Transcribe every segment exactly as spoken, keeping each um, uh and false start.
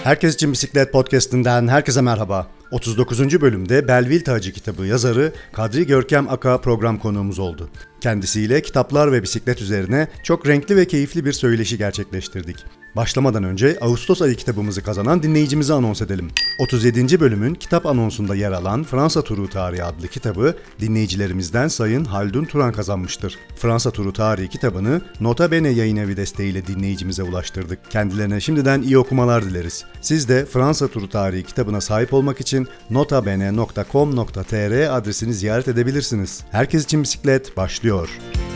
Herkes için Bisiklet Podcast'inden herkese merhaba. otuz dokuzuncu bölümde Belleville Tacı kitabı yazarı Kadri Görkem Aka program konuğumuz oldu. Kendisiyle kitaplar ve bisiklet üzerine çok renkli ve keyifli bir söyleşi gerçekleştirdik. Başlamadan önce Ağustos ayı kitabımızı kazanan dinleyicimizi anons edelim. otuz yedinci bölümün kitap anonsunda yer alan Fransa Turu Tarihi adlı kitabı dinleyicilerimizden Sayın Haldun Turan kazanmıştır. Fransa Turu Tarihi kitabını Nota Bene Yayınevi desteğiyle dinleyicimize ulaştırdık. Kendilerine şimdiden iyi okumalar dileriz. Siz de Fransa Turu Tarihi kitabına sahip olmak için notabene nokta com nokta tr adresini ziyaret edebilirsiniz. Herkes için bisiklet başlıyor.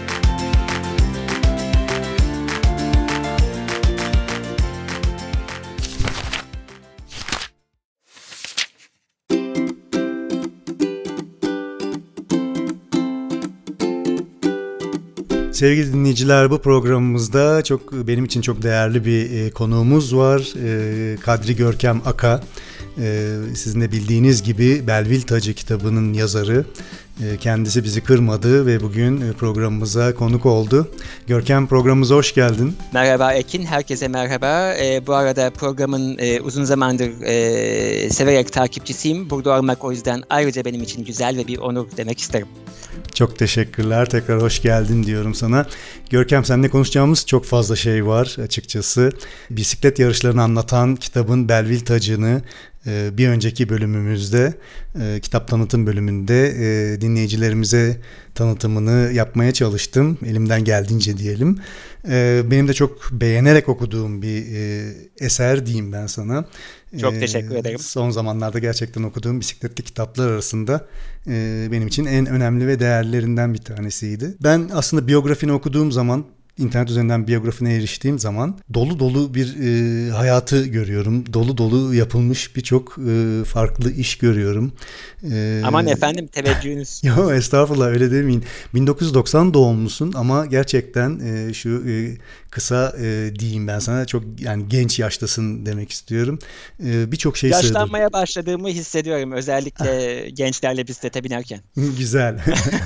Sevgili dinleyiciler, bu programımızda çok benim için çok değerli bir e, konuğumuz var. E, Kadri Görkem Aka. E, sizin de bildiğiniz gibi Belleville Tacı kitabının yazarı. E, kendisi bizi kırmadı ve bugün programımıza konuk oldu. Görkem, programımıza hoş geldin. Merhaba Ekin, herkese merhaba. E, bu arada programın e, uzun zamandır e, severek takipçisiyim. Burada olmak o yüzden ayrıca benim için güzel ve bir onur demek isterim. Çok teşekkürler. Tekrar hoş geldin diyorum sana. Görkem, seninle konuşacağımız çok fazla şey var açıkçası. Bisiklet yarışlarını anlatan kitabın Belleville Tacı'nı bir önceki bölümümüzde, kitap tanıtım bölümünde dinleyicilerimize tanıtımını yapmaya çalıştım. Elimden geldiğince diyelim. Benim de çok beğenerek okuduğum bir eser diyeyim ben sana. Çok teşekkür ederim. Son zamanlarda gerçekten okuduğum bisikletli kitaplar arasında benim için en önemli ve değerlilerinden bir tanesiydi. Ben aslında biyografini okuduğum zaman, İnternet üzerinden biyografine eriştiğim zaman dolu dolu bir e, hayatı görüyorum. Dolu dolu yapılmış birçok e, farklı iş görüyorum. E, Aman efendim, teveccühünüz. Yo, estağfurullah, öyle demeyin. bin dokuz yüz doksan doğumlusun ama gerçekten e, şu e, kısa e, diyeyim ben sana, çok yani genç yaştasın demek istiyorum. E, birçok şey sığdırdım. Yaşlanmaya başladığımı hissediyorum, özellikle gençlerle bisiklete binerken. Güzel.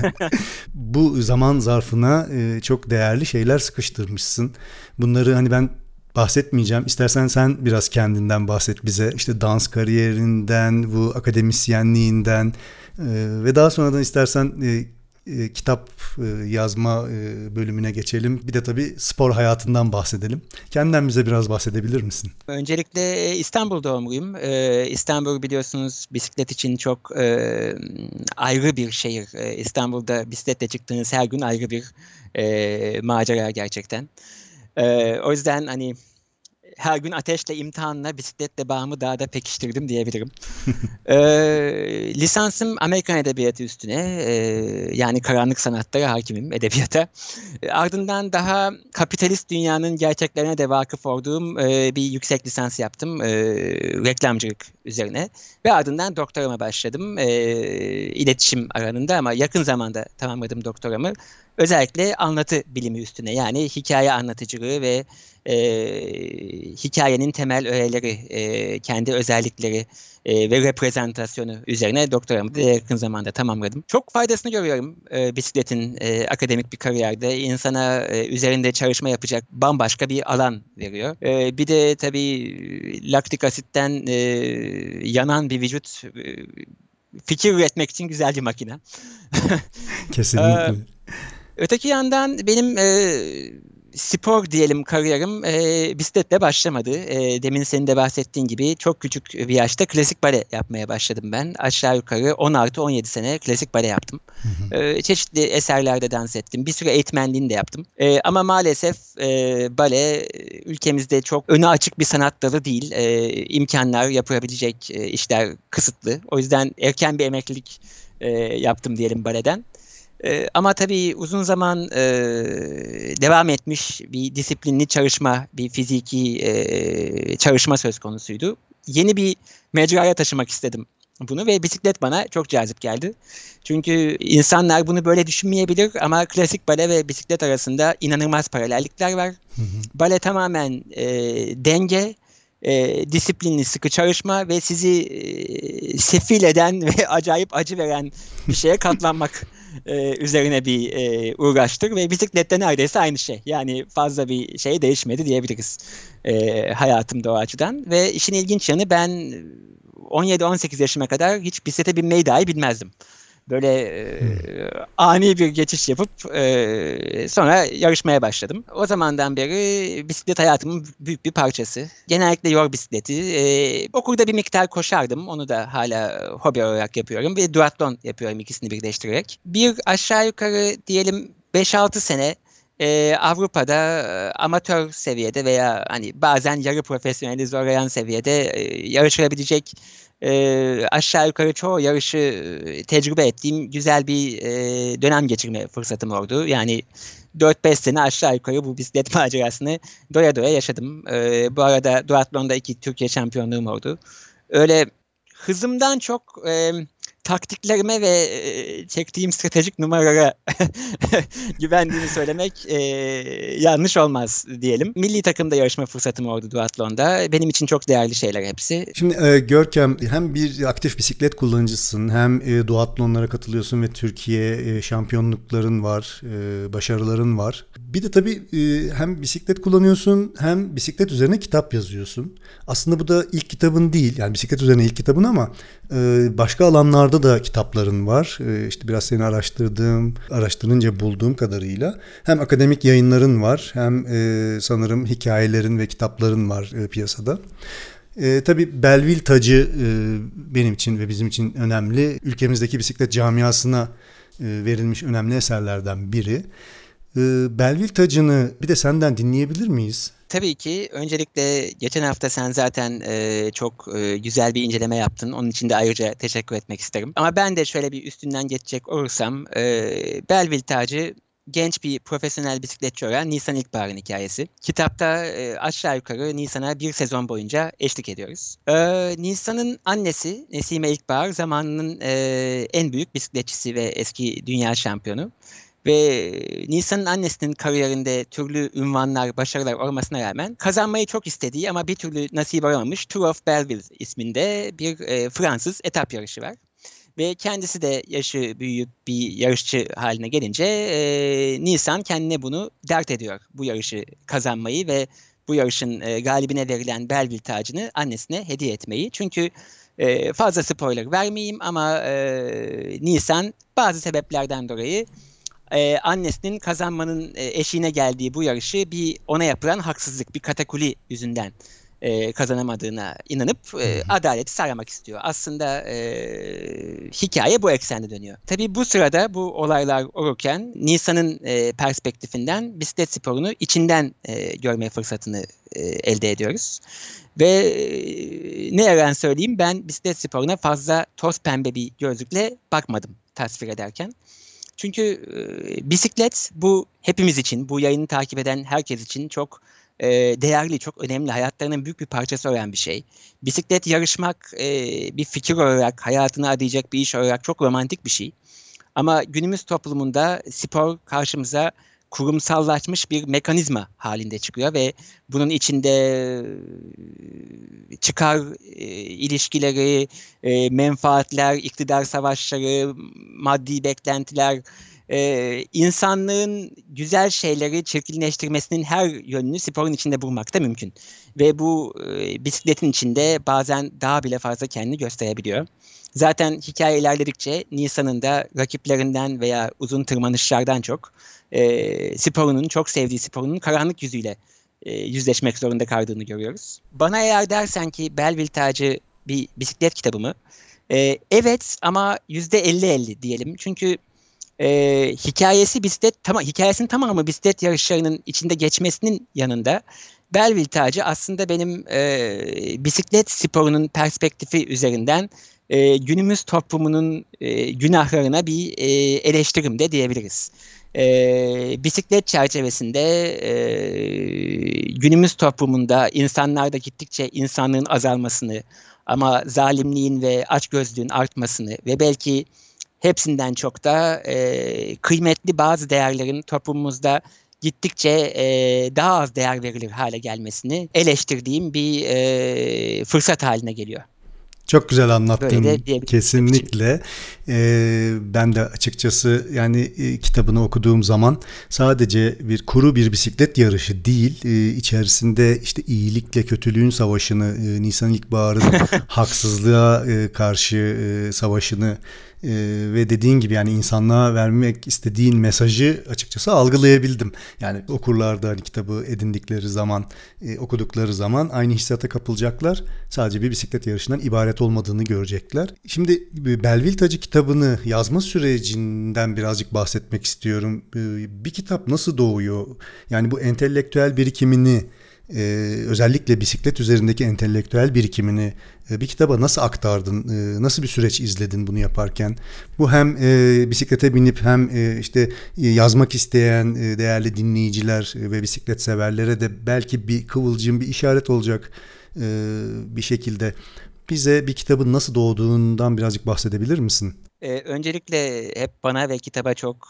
Bu zaman zarfına e, çok değerli şeyler sıkıştırmışsın. Bunları hani ben bahsetmeyeceğim. İstersen sen biraz kendinden bahset bize. İşte dans kariyerinden, bu akademisyenliğinden e, ve daha sonradan istersen e, e, kitap e, yazma e, bölümüne geçelim. Bir de tabii spor hayatından bahsedelim. Kendinden bize biraz bahsedebilir misin? Öncelikle İstanbul doğumluyum. Ee, İstanbul biliyorsunuz bisiklet için çok e, ayrı bir şehir. Ee, İstanbul'da bisikletle çıktığınız her gün ayrı bir e, macera gerçekten. Ee, o yüzden hani her gün ateşle, imtihanla, bisikletle bağımı daha da pekiştirdim diyebilirim. ee, lisansım Amerikan Edebiyatı üstüne, e, yani karanlık sanatlara hakimim, edebiyata. E, ardından daha kapitalist dünyanın gerçeklerine de vakıf olduğum e, bir yüksek lisans yaptım, e, reklamcılık üzerine. Ve ardından doktorama başladım, e, iletişim alanında, ama yakın zamanda tamamladım doktoramı. Özellikle anlatı bilimi üstüne, yani hikaye anlatıcılığı ve e, hikayenin temel öğeleri, e, kendi özellikleri e, ve reprezentasyonu üzerine doktoramı da yakın zamanda tamamladım. Çok faydasını görüyorum e, bisikletin e, akademik bir kariyerde. İnsana e, üzerinde çalışma yapacak bambaşka bir alan veriyor. E, bir de tabii laktik asitten e, yanan bir vücut e, fikir üretmek için güzel bir makine. Kesinlikle. Öteki yandan benim e, spor diyelim kariyerim e, bisikletle başlamadı. E, demin senin de bahsettiğin gibi çok küçük bir yaşta klasik bale yapmaya başladım ben. Aşağı yukarı on artı on yedi sene klasik bale yaptım. Hı hı. E, çeşitli eserlerde dans ettim. Bir süre eğitmenliğini de yaptım. E, ama maalesef e, bale ülkemizde çok önü açık bir sanat dalı değil. E, imkanlar, yapılabilecek e, işler kısıtlı. O yüzden erken bir emeklilik e, yaptım diyelim baleden. Ee, ama tabii uzun zaman e, devam etmiş bir disiplinli çalışma, bir fiziki e, çalışma söz konusuydu. Yeni bir mecraya taşımak istedim bunu ve bisiklet bana çok cazip geldi. Çünkü insanlar bunu böyle düşünmeyebilir ama klasik bale ve bisiklet arasında inanılmaz paralellikler var. Hı hı. Bale tamamen e, denge e, disiplinli, sıkı çalışma ve sizi e, sefil eden ve acayip acı veren bir şeye katlanmak e, üzerine bir e, uğraştır ve bisiklette neredeyse aynı şey. Yani fazla bir şey değişmedi diyebiliriz e, hayatımda o açıdan. Ve işin ilginç yanı, ben on yedi on sekiz yaşıma kadar hiç bisiklete binmeyi dahi bilmezdim. Böyle e, ani bir geçiş yapıp e, sonra yarışmaya başladım. O zamandan beri bisiklet hayatımın büyük bir parçası. Genellikle yol bisikleti. E, okulda bir miktar koşardım. Onu da hala hobi olarak yapıyorum. Bir duatlon yapıyorum, ikisini birleştirerek. Bir aşağı yukarı diyelim beş altı sene e, Avrupa'da e, amatör seviyede veya hani bazen yarı profesyoneli zorlayan seviyede e, yarışılabilecek, e, aşağı yukarı çoğu yarışı e, tecrübe ettiğim güzel bir e, dönem geçirme fırsatım oldu. Yani dört beş sene aşağı yukarı bu bisiklet macerasını doya doya yaşadım. E, bu arada duatlonda iki Türkiye şampiyonluğum oldu. Öyle hızımdan çok e, taktiklerime ve e, çektiğim stratejik numaralara güvendiğimi söylemek e, yanlış olmaz diyelim. Milli takımda yarışma fırsatım oldu duatlonda. Benim için çok değerli şeyler hepsi. Şimdi e, Görkem, hem bir aktif bisiklet kullanıcısın, hem e, duatlonlara katılıyorsun ve Türkiye e, şampiyonlukların var, e, başarıların var. Bir de tabii e, hem bisiklet kullanıyorsun hem bisiklet üzerine kitap yazıyorsun. Aslında bu da ilk kitabın değil, yani bisiklet üzerine ilk kitabın, ama e, başka alanlarda da kitapların var. E, işte biraz seni araştırdığım, araştırınca bulduğum kadarıyla hem akademik yayınların var, hem e, sanırım hikayelerin ve kitapların var e, piyasada. E, tabii Belleville tacı e, benim için ve bizim için önemli. Ülkemizdeki bisiklet camiasına e, verilmiş önemli eserlerden biri. E, Belleville tacını bir de senden dinleyebilir miyiz? Tabii ki. Öncelikle geçen hafta sen zaten e, çok e, güzel bir inceleme yaptın. Onun için de ayrıca teşekkür etmek isterim. Ama ben de şöyle bir üstünden geçecek olursam, e, Belleville tacı genç bir profesyonel bisikletçi olan Nisan İlkbahar'ın hikayesi. Kitapta e, aşağı yukarı Nisan'a bir sezon boyunca eşlik ediyoruz. E, Nisan'ın annesi Nesime İlkbahar zamanının e, en büyük bisikletçisi ve eski dünya şampiyonu. Ve Nisan'ın annesinin kariyerinde türlü ünvanlar, başarılar olmasına rağmen kazanmayı çok istediği ama bir türlü nasip olamamış Tour of Belleville isminde bir e, Fransız etap yarışı var. Ve kendisi de yaşı büyüyüp bir yarışçı haline gelince e, Nisan kendine bunu dert ediyor. Bu yarışı kazanmayı ve bu yarışın e, galibine verilen Belleville tacını annesine hediye etmeyi. Çünkü e, fazla spoiler vermeyeyim ama e, Nisan bazı sebeplerden dolayı Ee, annesinin kazanmanın e, eşiğine geldiği bu yarışı bir ona yapılan haksızlık, bir katakuli yüzünden e, kazanamadığına inanıp e, adaleti sağlamak istiyor. Aslında e, hikaye bu eksende dönüyor. Tabii bu sırada bu olaylar olurken Nisan'ın e, perspektifinden bisiklet sporunu içinden e, görme fırsatını e, elde ediyoruz. Ve e, ne yalan söyleyeyim, ben bisiklet sporuna fazla toz pembe bir gözlükle bakmadım tasvir ederken. Çünkü e, bisiklet bu hepimiz için, bu yayını takip eden herkes için çok e, değerli, çok önemli, hayatlarının büyük bir parçası olan bir şey. Bisiklet yarışmak e, bir fikir olarak, hayatına adayacak bir iş olarak çok romantik bir şey. Ama günümüz toplumunda spor karşımıza kurumsallaşmış bir mekanizma halinde çıkıyor ve bunun içinde çıkar e, ilişkileri, e, menfaatler, iktidar savaşları, maddi beklentiler, e, insanlığın güzel şeyleri çirkinleştirmesinin her yönünü sporun içinde bulmak da mümkün. Ve bu e, bisikletin içinde bazen daha bile fazla kendini gösterebiliyor. Zaten hikaye ilerledikçe Nisan'ın da rakiplerinden veya uzun tırmanışlardan çok e, sporunun, çok sevdiği sporunun karanlık yüzüyle e, yüzleşmek zorunda kaldığını görüyoruz. Bana eğer dersen ki Belleville tacı bir bisiklet kitabı mı? E, evet, ama yüzde elli elli diyelim. Çünkü e, hikayesi bisiklet, tamam, hikayesinin tamamı bisiklet yarışlarının içinde geçmesinin yanında Belleville tacı aslında benim e, bisiklet sporunun perspektifi üzerinden e, günümüz toplumunun e, günahlarına bir e, eleştirim de diyebiliriz. E, bisiklet çerçevesinde e, günümüz toplumunda insanlarda gittikçe insanlığın azalmasını, ama zalimliğin ve açgözlüğün artmasını ve belki hepsinden çok da e, kıymetli bazı değerlerin toplumumuzda gittikçe e, daha az değer verilir hale gelmesini eleştirdiğim bir e, fırsat haline geliyor. Çok güzel Böyle de anlattın, diyebilirim için. kesinlikle. Ee, ben de açıkçası yani e, kitabını okuduğum zaman sadece bir kuru bir bisiklet yarışı değil, e, içerisinde işte iyilikle kötülüğün savaşını, e, Nisan İlkbahar'ın haksızlığa e, karşı e, savaşını e, ve dediğin gibi yani insanlığa vermek istediğin mesajı açıkçası algılayabildim. Yani okurlar da hani kitabı edindikleri zaman, e, okudukları zaman aynı hissiyata kapılacaklar. Sadece bir bisiklet yarışından ibaret olmadığını görecekler. Şimdi Belville Tacı kitabını yazma sürecinden birazcık bahsetmek istiyorum. Bir kitap nasıl doğuyor? Yani bu entelektüel birikimini, özellikle bisiklet üzerindeki entelektüel birikimini bir kitaba nasıl aktardın? Nasıl bir süreç izledin bunu yaparken? Bu hem bisiklete binip hem işte yazmak isteyen değerli dinleyiciler ve bisiklet severlere de belki bir kıvılcım, bir işaret olacak bir şekilde bize bir kitabın nasıl doğduğundan birazcık bahsedebilir misin? Ee, öncelikle hep bana ve kitaba çok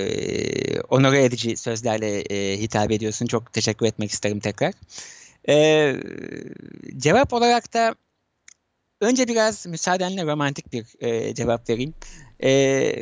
e, onore edici sözlerle e, hitap ediyorsun. Çok teşekkür etmek isterim tekrar. Ee, Cevap olarak da önce biraz müsaadenle romantik bir e, cevap vereyim. Ee,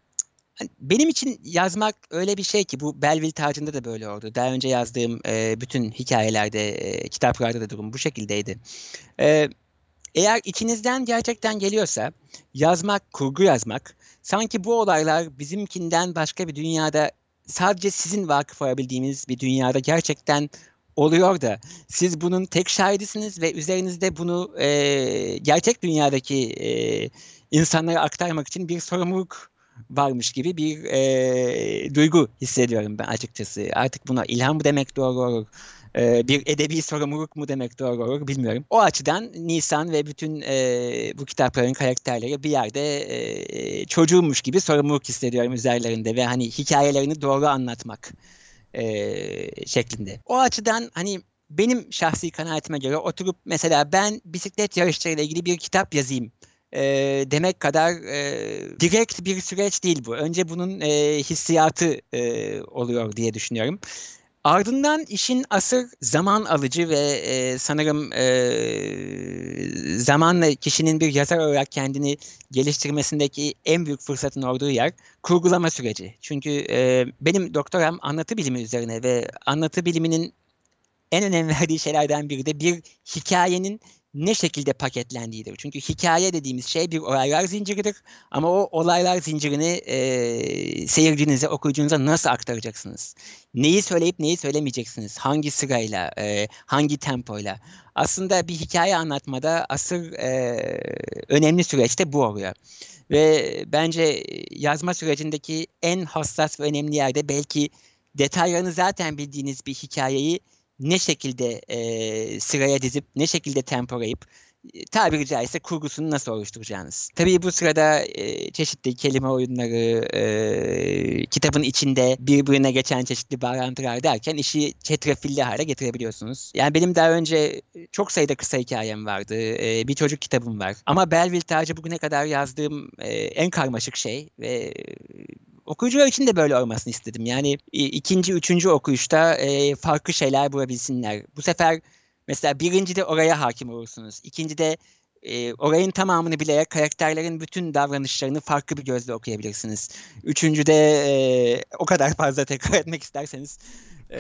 Benim için yazmak öyle bir şey ki bu Belleville Tacı'nda da böyle oldu. Daha önce yazdığım e, bütün hikayelerde, e, kitaplarda da durum bu şekildeydi. Ee, Eğer içinizden gerçekten geliyorsa yazmak, kurgu yazmak, sanki bu olaylar bizimkinden başka bir dünyada, sadece sizin vakıf olabildiğiniz bir dünyada gerçekten oluyor da siz bunun tek şahidisiniz ve üzerinizde bunu e, gerçek dünyadaki e, insanlara aktarmak için bir sorumluluk varmış gibi bir e, duygu hissediyorum ben açıkçası. Artık buna ilham mı demek doğru olur? e, bir edebi sorumluluk mu demek doğru olur bilmiyorum. O açıdan Nisan ve bütün e, bu kitapların karakterleri bir yerde e, çocuğummuş gibi sorumluluk hissediyorum üzerlerinde ve hani hikayelerini doğru anlatmak e, şeklinde. O açıdan hani benim şahsi kanaatime göre oturup mesela ben bisiklet yarışlarıyla ilgili bir kitap yazayım e, demek kadar e, direkt bir süreç değil bu. Önce bunun e, hissiyatı e, oluyor diye düşünüyorum. Ardından işin asır zaman alıcı ve e, sanırım e, zamanla kişinin bir yazar olarak kendini geliştirmesindeki en büyük fırsatın olduğu yer kurgulama süreci. Çünkü e, benim doktoram anlatı bilimi üzerine ve anlatı biliminin en önem verdiği şeylerden biri de bir hikayenin ne şekilde paketlendiğidir. Çünkü hikaye dediğimiz şey bir olaylar zinciridir. Ama o olaylar zincirini e, seyircinize, okuyucunuza nasıl aktaracaksınız? Neyi söyleyip neyi söylemeyeceksiniz? Hangi sırayla, e, hangi tempoyla? Aslında bir hikaye anlatmada asıl e, önemli süreçte bu oluyor. Ve bence yazma sürecindeki en hassas ve önemli yerde belki detaylarını zaten bildiğiniz bir hikayeyi ne şekilde e, sıraya dizip, ne şekilde tempolayıp, e, tabiri caizse kurgusunu nasıl oluşturacağınız. Tabii bu sırada e, çeşitli kelime oyunları, e, kitabın içinde birbirine geçen çeşitli bağlantılar derken işi çetrefilli hale getirebiliyorsunuz. Yani benim daha önce çok sayıda kısa hikayem vardı, e, bir çocuk kitabım var. Ama Belleville Tacı bugüne kadar yazdığım e, en karmaşık şey ve okuyucular için de böyle olmasını istedim. Yani ikinci, üçüncü okuyuşta e, farklı şeyler bulabilsinler. Bu sefer mesela birincide oraya hakim olursunuz. İkincide e, orayın tamamını bilerek karakterlerin bütün davranışlarını farklı bir gözle okuyabilirsiniz. Üçüncüde e, o kadar fazla tekrar etmek isterseniz e,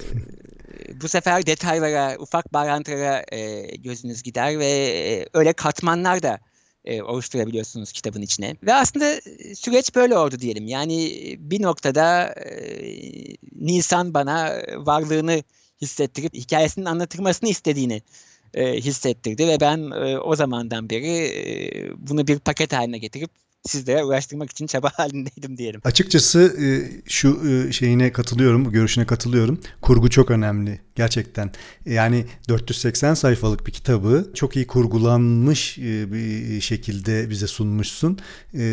bu sefer detaylara, ufak bağlantılara e, gözünüz gider ve e, öyle katmanlar da e, oluşturabiliyorsunuz kitabın içine. Ve aslında e, süreç böyle oldu diyelim. Yani e, bir noktada e, Nisan bana varlığını hissettirip hikayesinin anlatılmasını istediğini e, hissettirdi ve ben e, o zamandan beri e, bunu bir paket haline getirip sizlere ulaştırmak için çaba halindeydim diyelim. Açıkçası şu şeyine katılıyorum, bu görüşüne katılıyorum. Kurgu çok önemli gerçekten. Yani dört yüz seksen sayfalık bir kitabı çok iyi kurgulanmış bir şekilde bize sunmuşsun.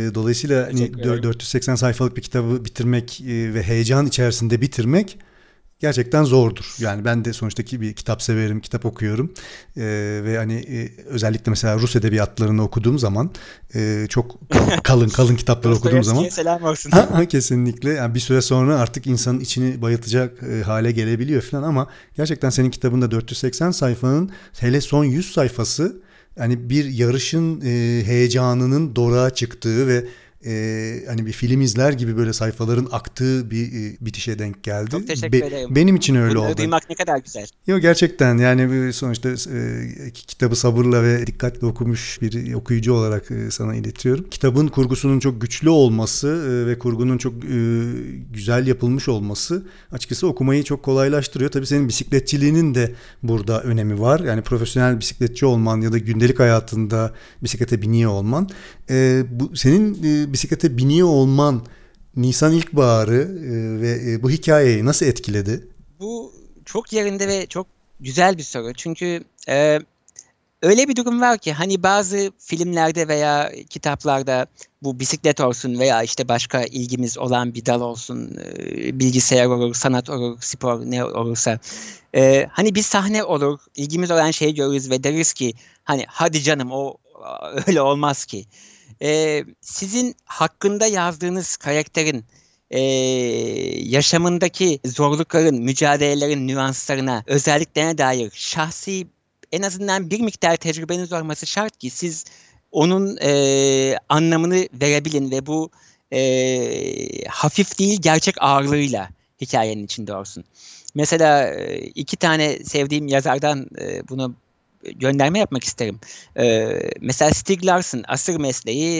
Dolayısıyla hani dört yüz seksen sayfalık bir kitabı bitirmek ve heyecan içerisinde bitirmek Gerçekten zordur. Yani ben de sonuçta ki bir kitap severim, kitap okuyorum. Ee, ve hani e, özellikle mesela Rus edebiyatlarını okuduğum zaman e, çok kalın kalın, kalın kitaplar okuduğum zaman Dostoyevski'ye selam olsun. ha, ha, kesinlikle yani bir süre sonra artık insanın içini bayıltacak e, hale gelebiliyor falan ama gerçekten senin kitabında dört yüz seksen sayfanın hele son yüz sayfası hani bir yarışın e, heyecanının doruğa çıktığı ve e, hani bir film izler gibi böyle sayfaların aktığı bir e, bitişe denk geldi. Çok teşekkür Be- ederim. benim için öyle Bunları oldu. duymak ne kadar güzel. Yok gerçekten yani bir sonuçta e, kitabı sabırla ve dikkatle okumuş bir okuyucu olarak e, sana iletiyorum. Kitabın kurgusunun çok güçlü olması e, ve kurgunun çok e, güzel yapılmış olması açıkçası okumayı çok kolaylaştırıyor. Tabii senin bisikletçiliğinin de burada önemi var. Yani profesyonel bisikletçi olman ya da gündelik hayatında bisiklete biniyor olman. E, bu senin e, bisiklete biniyor olman Nisan İlkbaharı e, ve e, bu hikayeyi nasıl etkiledi? Bu çok yerinde ve çok güzel bir soru. Çünkü e, öyle bir durum var ki hani bazı filmlerde veya kitaplarda bu bisiklet olsun veya işte başka ilgimiz olan bir dal olsun, e, bilgisayar olur, sanat olur, spor ne olursa. E, hani bir sahne olur, ilgimiz olan şeyi görürüz ve deriz ki hani hadi canım o öyle olmaz ki. E, sizin hakkında yazdığınız karakterin e, yaşamındaki zorlukların, mücadelelerin nüanslarına, özelliklerine dair şahsi en azından bir miktar tecrübeniz olması şart ki siz onun e, anlamını verebilin ve bu e, hafif değil gerçek ağırlığıyla hikayenin içinde olsun. Mesela e, iki tane sevdiğim yazardan e, bunu gönderme yapmak isterim. Ee, mesela Stieg Larsson asır mesleği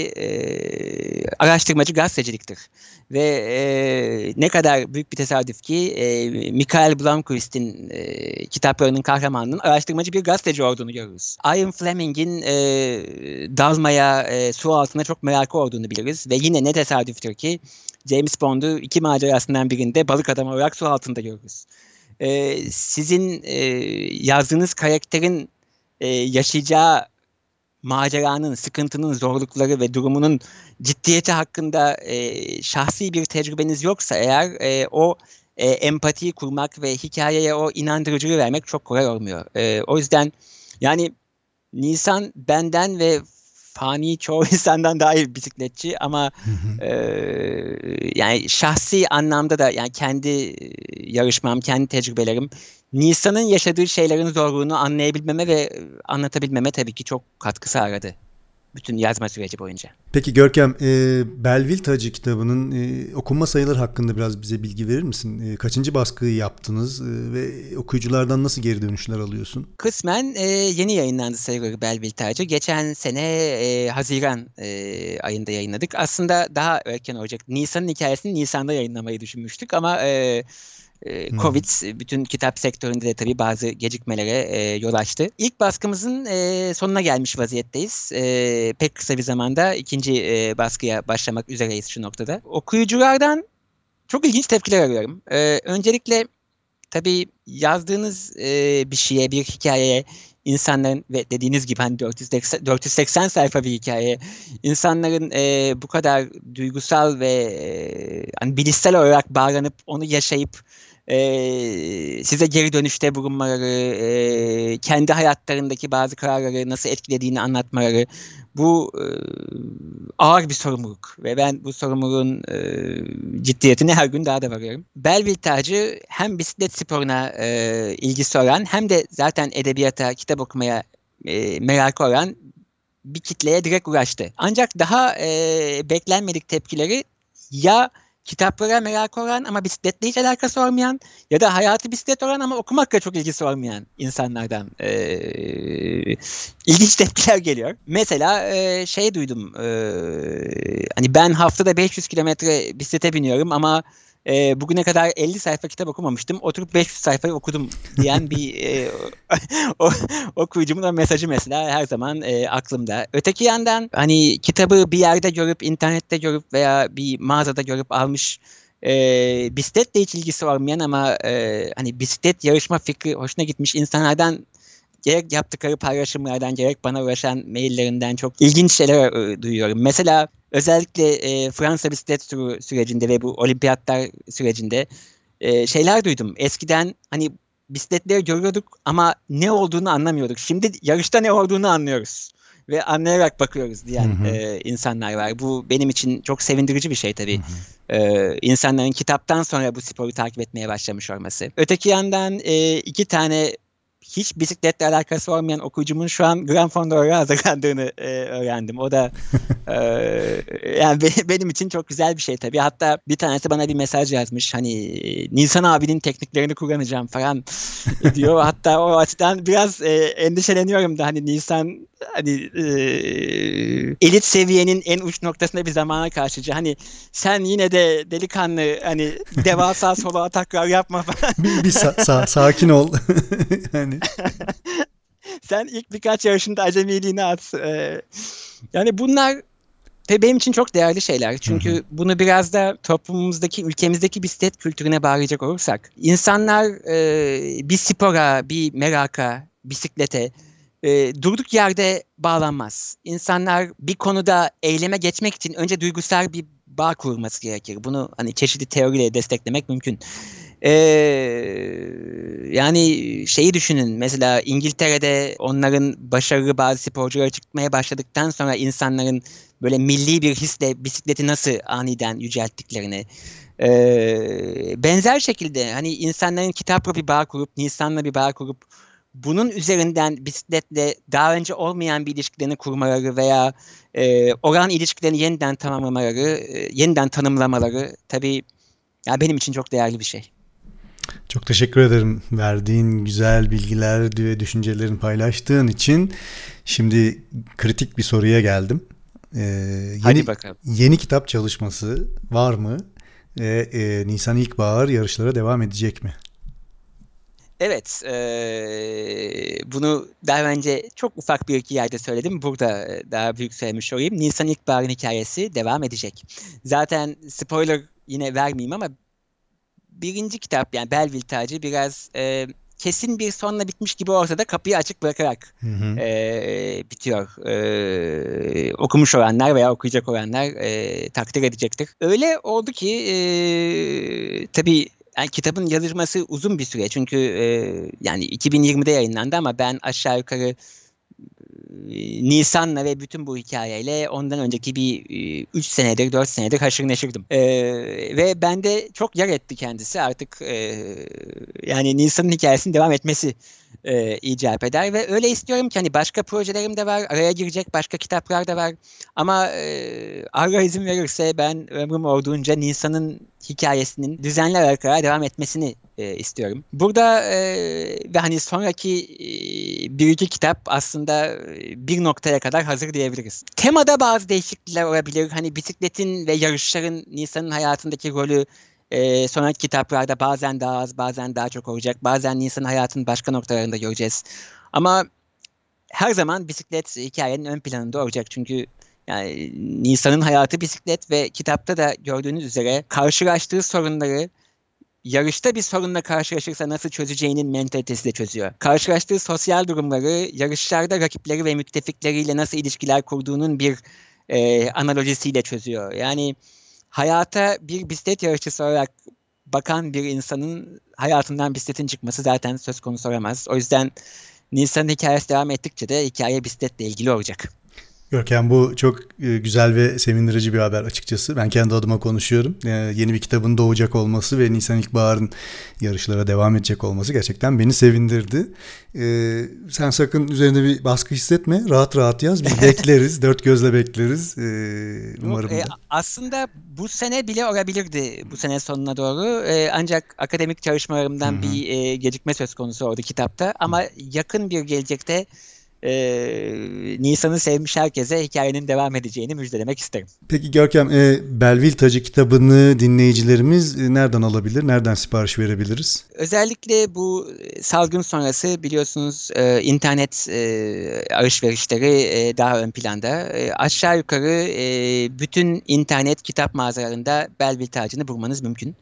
e, araştırmacı gazeteciliktir. Ve e, ne kadar büyük bir tesadüf ki e, Michael Blomqvist'in e, kitaplarının kahramanının araştırmacı bir gazeteci olduğunu görürüz. Ian Fleming'in e, dalmaya, e, su altına çok merakı olduğunu biliriz. Ve yine ne tesadüftür ki James Bond'u iki macerasından birinde balık adam olarak su altında görürüz. E, sizin e, yazdığınız karakterin e, yaşayacağı maceranın, sıkıntının, zorlukları ve durumunun ciddiyeti hakkında e, şahsi bir tecrübeniz yoksa eğer e, o e, empatiyi kurmak ve hikayeye o inandırıcılığı vermek çok kolay olmuyor. E, o yüzden yani Nisan benden ve fani çoğu insandan daha iyi bir bisikletçi ama e, yani şahsi anlamda da yani kendi yarışmam, kendi tecrübelerim Nisan'ın yaşadığı şeylerin zorluğunu anlayabilmeme ve anlatabilmeme tabii ki çok katkı sağladı bütün yazma süreci boyunca. Peki Görkem, e, Belleville Tacı kitabının e, okunma sayıları hakkında biraz bize bilgi verir misin? E, kaçıncı baskıyı yaptınız e, ve okuyuculardan nasıl geri dönüşler alıyorsun? Kısmen e, yeni yayınlandı sayıları Belleville Tacı. Geçen sene e, Haziran e, ayında yayınladık. Aslında daha erken olacak. Nisan'ın hikayesini Nisan'da yayınlamayı düşünmüştük ama e, e, Hmm. Covid bütün kitap sektöründe de tabii bazı gecikmelere e, yol açtı. İlk baskımızın e, sonuna gelmiş vaziyetteyiz. E, pek kısa bir zamanda ikinci e, baskıya başlamak üzereyiz şu noktada. Okuyuculardan çok ilginç tepkiler alıyorum. E, öncelikle tabii yazdığınız e, bir şeye, bir hikayeye insanların ve dediğiniz gibi hani dört yüz seksen, dört yüz seksen sayfa bir hikaye, insanların e, bu kadar duygusal ve e, hani bilişsel olarak bağlanıp onu yaşayıp e, size geri dönüşte bulunmaları, e, kendi hayatlarındaki bazı kararları nasıl etkilediğini anlatmaları bu e, ağır bir sorumluluk ve ben bu sorumluluğun e, ciddiyetine her gün daha da varıyorum. Belleville Tacı hem bisiklet sporuna e, ilgisi olan hem de zaten edebiyata, kitap okumaya e, merakı olan bir kitleye direkt ulaştı. Ancak daha e, beklenmedik tepkileri ya kitaplara merak olan ama bisikletle hiç alakası olmayan ya da hayatı bisiklet olan ama okumakla çok ilgisi olmayan insanlardan e, ilginç tepkiler geliyor. Mesela e, şey duydum e, hani ben haftada beş yüz kilometre bisiklete biniyorum ama e, bugüne kadar elli sayfa kitap okumamıştım. Oturup beş yüz sayfayı okudum diyen bir e, o, okuyucumun o mesajı mesela her zaman e, aklımda. Öteki yandan hani kitabı bir yerde görüp, internette görüp veya bir mağazada görüp almış e, bisikletle hiç ilgisi olmayan ama e, hani bisiklet yarışma fikri hoşuna gitmiş insanlardan gerek yaptıkları paylaşımlardan gerek bana ulaşan maillerinden çok ilginç şeyler e, duyuyorum. Mesela özellikle e, Fransa bisiklet turu sürecinde ve bu olimpiyatlar sürecinde e, şeyler duydum. Eskiden hani bisikletleri görüyorduk ama ne olduğunu anlamıyorduk. Şimdi yarışta ne olduğunu anlıyoruz ve anlayarak bakıyoruz Hı diyen hı. e, insanlar var. Bu benim için çok sevindirici bir şey Hı tabii. hı. E, insanların kitaptan sonra bu sporu takip etmeye başlamış olması. Öteki yandan e, iki tane hiç bisikletle alakası olmayan okuyucumun şu an Grand Fondo'ya hazırlandığını e, öğrendim. O da e, yani be- benim için çok güzel bir şey tabii. Hatta bir tanesi bana bir mesaj yazmış. Hani e, Nisan abinin tekniklerini kullanacağım falan diyor. Hatta o açıdan biraz e, endişeleniyorum da hani Nisan hani e, elit seviyenin en uç noktasında bir zamana karşı hani sen yine de delikanlı hani devasa solo ataklar yapma falan. Bir, bir sa- sa- sakin ol. Yani. Sen ilk birkaç yarışında acemiliğini at. Ee, yani bunlar tabii benim için çok değerli şeyler. Hı hı. Çünkü bunu biraz da toplumumuzdaki, ülkemizdeki bisiklet kültürüne bağlayacak olursak, insanlar e, bir spora, bir meraka, bisiklete e, durduk yerde bağlanmaz. İnsanlar bir konuda eyleme geçmek için önce duygusal bir bağ kurulması gerekir. Bunu hani çeşitli teoriyle desteklemek mümkün. Ee, yani şeyi düşünün mesela İngiltere'de onların başarılı bazı sporcuları çıkmaya başladıktan sonra insanların böyle milli bir hisle bisikleti nasıl aniden yücelttiklerini. Ee, benzer şekilde hani insanların kitapla bir bağ kurup Nisan'la bir bağ kurup bunun üzerinden bisikletle daha önce olmayan bir ilişkilerini kurmaları veya e, olan ilişkilerini yeniden tamamlamaları, e, yeniden tanımlamaları tabii ya benim için çok değerli bir şey. Çok teşekkür ederim verdiğin güzel bilgiler ve düşüncelerini paylaştığın için. Şimdi kritik bir soruya geldim. Ee, Hadi yeni bakalım. yeni kitap çalışması var mı? Ve e, Nisan İlkbahar yarışlara devam edecek mi? Evet, eee, bunu daha önce çok ufak bir iki yerde söyledim. Burada e, daha büyük söylemiş olayım. Nisan İlkbahar'ın hikayesi devam edecek. Zaten spoiler yine vermeyeyim ama birinci kitap yani Belleville Tacı biraz e, kesin bir sonla bitmiş gibi ortada kapıyı açık bırakarak Hı hı. e, bitiyor. E, okumuş olanlar veya okuyacak olanlar e, takdir edecektir. Öyle oldu ki e, tabii yani kitabın yazılması uzun bir süre çünkü e, yani iki bin yirmide yayınlandı ama ben aşağı yukarı Nisan'la ve bütün bu hikayeyle ondan önceki bir üç senedir, dört senedir haşır neşirdim. E, ve bende çok yer etti kendisi. Artık e, yani Nisan'ın hikayesinin devam etmesi e, icap eder ve öyle istiyorum ki hani başka projelerim de var, araya girecek başka kitaplar da var. Ama e, Allah izin verirse ben ömrüm olduğunca Nisan'ın hikayesinin düzenli olarak devam etmesini e, istiyorum. Burada e, ve hani sonraki e, bir iki kitap aslında e, bir noktaya kadar hazır diyebiliriz. Temada bazı değişiklikler olabilir. Hani bisikletin ve yarışların Nisan'ın hayatındaki rolü e, sonraki kitaplarda bazen daha az, bazen daha çok olacak. Bazen Nisan'ın hayatının başka noktalarında göreceğiz. Ama her zaman bisiklet hikayenin ön planında olacak. Çünkü yani Nisan'ın hayatı bisiklet ve kitapta da gördüğünüz üzere karşılaştığı sorunları yarışta bir sorunla karşılaşırsa nasıl çözeceğinin mentalitesi de çözüyor. Karşılaştığı sosyal durumları, yarışlarda rakipleri ve müttefikleriyle nasıl ilişkiler kurduğunun bir e, analojisiyle çözüyor. Yani hayata bir bisiklet yarışçısı olarak bakan bir insanın hayatından bisikletin çıkması zaten söz konusu olamaz. O yüzden Nisan'ın hikayesi devam ettikçe de hikaye bisikletle ilgili olacak. Görkem, bu çok e, güzel ve sevindirici bir haber açıkçası. Ben kendi adıma konuşuyorum. E, yeni bir kitabın doğacak olması ve Nisan İlkbahar'ın yarışlara devam edecek olması gerçekten beni sevindirdi. E, sen sakın üzerinde bir baskı hissetme. Rahat rahat yaz. Biz bekleriz. Dört gözle bekleriz. E, Yok, umarım e, da. aslında bu sene bile olabilirdi bu sene sonuna doğru. E, ancak akademik Hı çalışmalarımdan hı. bir e, gecikme söz konusu oldu kitapta. Ama yakın bir gelecekte e, Nisan'ı sevmiş herkese hikayenin devam edeceğini müjdelemek isterim. Peki Görkem, e, Belville Tacı kitabını dinleyicilerimiz e, nereden alabilir? Nereden sipariş verebiliriz? Özellikle bu e, salgın sonrası biliyorsunuz e, internet e, alışverişleri e, daha ön planda. E, aşağı yukarı e, bütün internet kitap mağazalarında Belleville tacını bulmanız mümkün.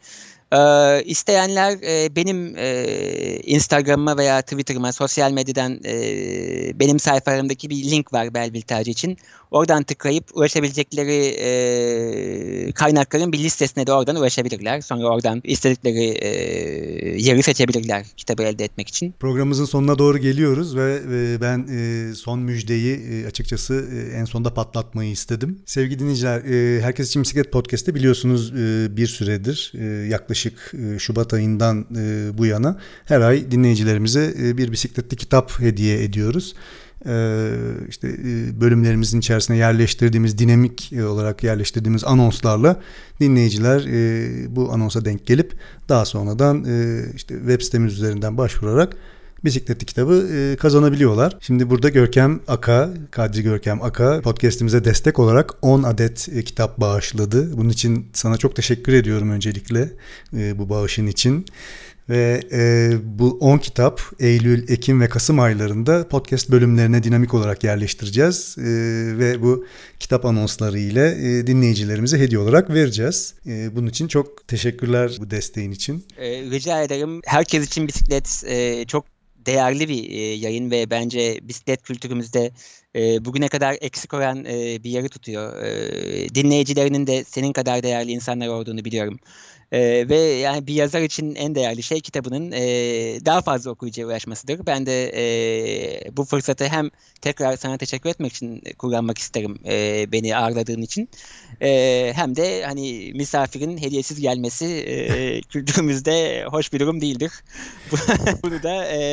Ee, isteyenler e, benim e, Instagram'ıma veya Twitter'ıma sosyal medyadan e, benim sayfalarımdaki bir link var Belleville tacı için. Oradan tıklayıp ulaşabilecekleri e, kaynakların bir listesine de oradan ulaşabilirler. Sonra oradan istedikleri e, yeri seçebilirler kitabı elde etmek için. Programımızın sonuna doğru geliyoruz ve e, ben e, son müjdeyi e, açıkçası e, en sonda patlatmayı istedim. Sevgili dinleyiciler, e, Herkes için Bisiklet Podcast'te biliyorsunuz e, bir süredir e, yaklaşık e, Şubat ayından e, bu yana her ay dinleyicilerimize e, bir bisikletli kitap hediye ediyoruz. Ee, işte e, bölümlerimizin içerisine yerleştirdiğimiz, dinamik olarak yerleştirdiğimiz anonslarla dinleyiciler e, bu anonsa denk gelip daha sonradan e, işte web sitemiz üzerinden başvurarak bisikletli kitabı e, kazanabiliyorlar. Şimdi burada Görkem Aka, Kadri Görkem Aka podcast'imize destek olarak on adet e, kitap bağışladı. Bunun için sana çok teşekkür ediyorum öncelikle e, bu bağışın için. Ve e, bu on kitap Eylül, Ekim ve Kasım aylarında podcast bölümlerine dinamik olarak yerleştireceğiz. E, ve bu kitap anonsları ile e, dinleyicilerimize hediye olarak vereceğiz. E, bunun için çok teşekkürler bu desteğin için. Ee, rica ederim. Herkes için bisiklet e, çok değerli bir e, yayın ve bence bisiklet kültürümüzde e, bugüne kadar eksik olan e, bir yeri tutuyor. E, dinleyicilerinin de senin kadar değerli insanlar olduğunu biliyorum. Ee, ve yani bir yazar için en değerli şey kitabının e, daha fazla okuyucuya ulaşmasıdır. Ben de e, bu fırsatı hem tekrar sana teşekkür etmek için kullanmak isterim e, beni ağırladığın için. E, hem de hani misafirin hediyesiz gelmesi e, kültürümüzde hoş bir durum değildir. Bunu da e,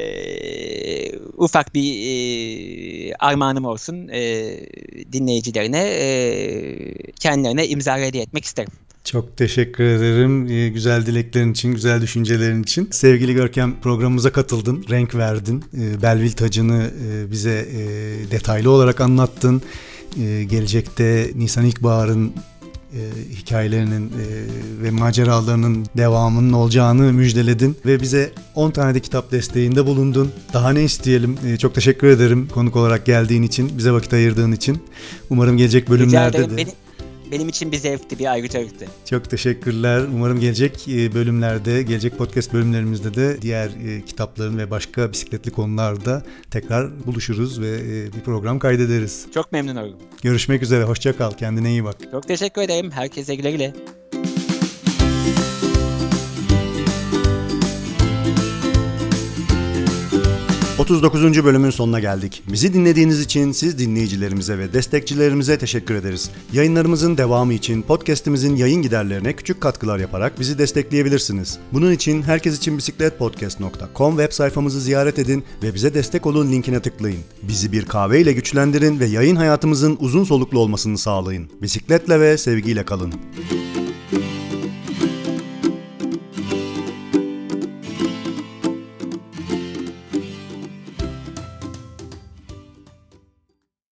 ufak bir e, armağanım olsun e, dinleyicilerine, e, kendilerine imza hediye etmek isterim. Çok teşekkür ederim. Ee, güzel dileklerin için, güzel düşüncelerin için. Sevgili Görkem, programımıza katıldın, renk verdin. Ee, Belleville tacını e, bize e, detaylı olarak anlattın. E, gelecekte Nisan İlkbahar'ın e, hikayelerinin e, ve maceralarının devamının olacağını müjdeledin. Ve bize on tane de kitap desteğinde bulundun. Daha ne isteyelim? E, çok teşekkür ederim konuk olarak geldiğin için, bize vakit ayırdığın için. Umarım gelecek bölümlerde de... Benim... Benim için bir zevkti, bir ayrıcalıktı. Çok teşekkürler. Umarım gelecek bölümlerde, gelecek podcast bölümlerimizde de diğer kitapların ve başka bisikletli konularda tekrar buluşuruz ve bir program kaydederiz. Çok memnun olurum. Görüşmek üzere. Hoşça kal. Kendine iyi bak. Çok teşekkür ederim. Herkese güle güle. otuz dokuzuncu bölümün sonuna geldik. Bizi dinlediğiniz için siz dinleyicilerimize ve destekçilerimize teşekkür ederiz. Yayınlarımızın devamı için podcast'imizin yayın giderlerine küçük katkılar yaparak bizi destekleyebilirsiniz. Bunun için herkes için bisiklet podcast nokta com web sayfamızı ziyaret edin ve bize destek olun linkine tıklayın. Bizi bir kahve ile güçlendirin ve yayın hayatımızın uzun soluklu olmasını sağlayın. Bisikletle ve sevgiyle kalın.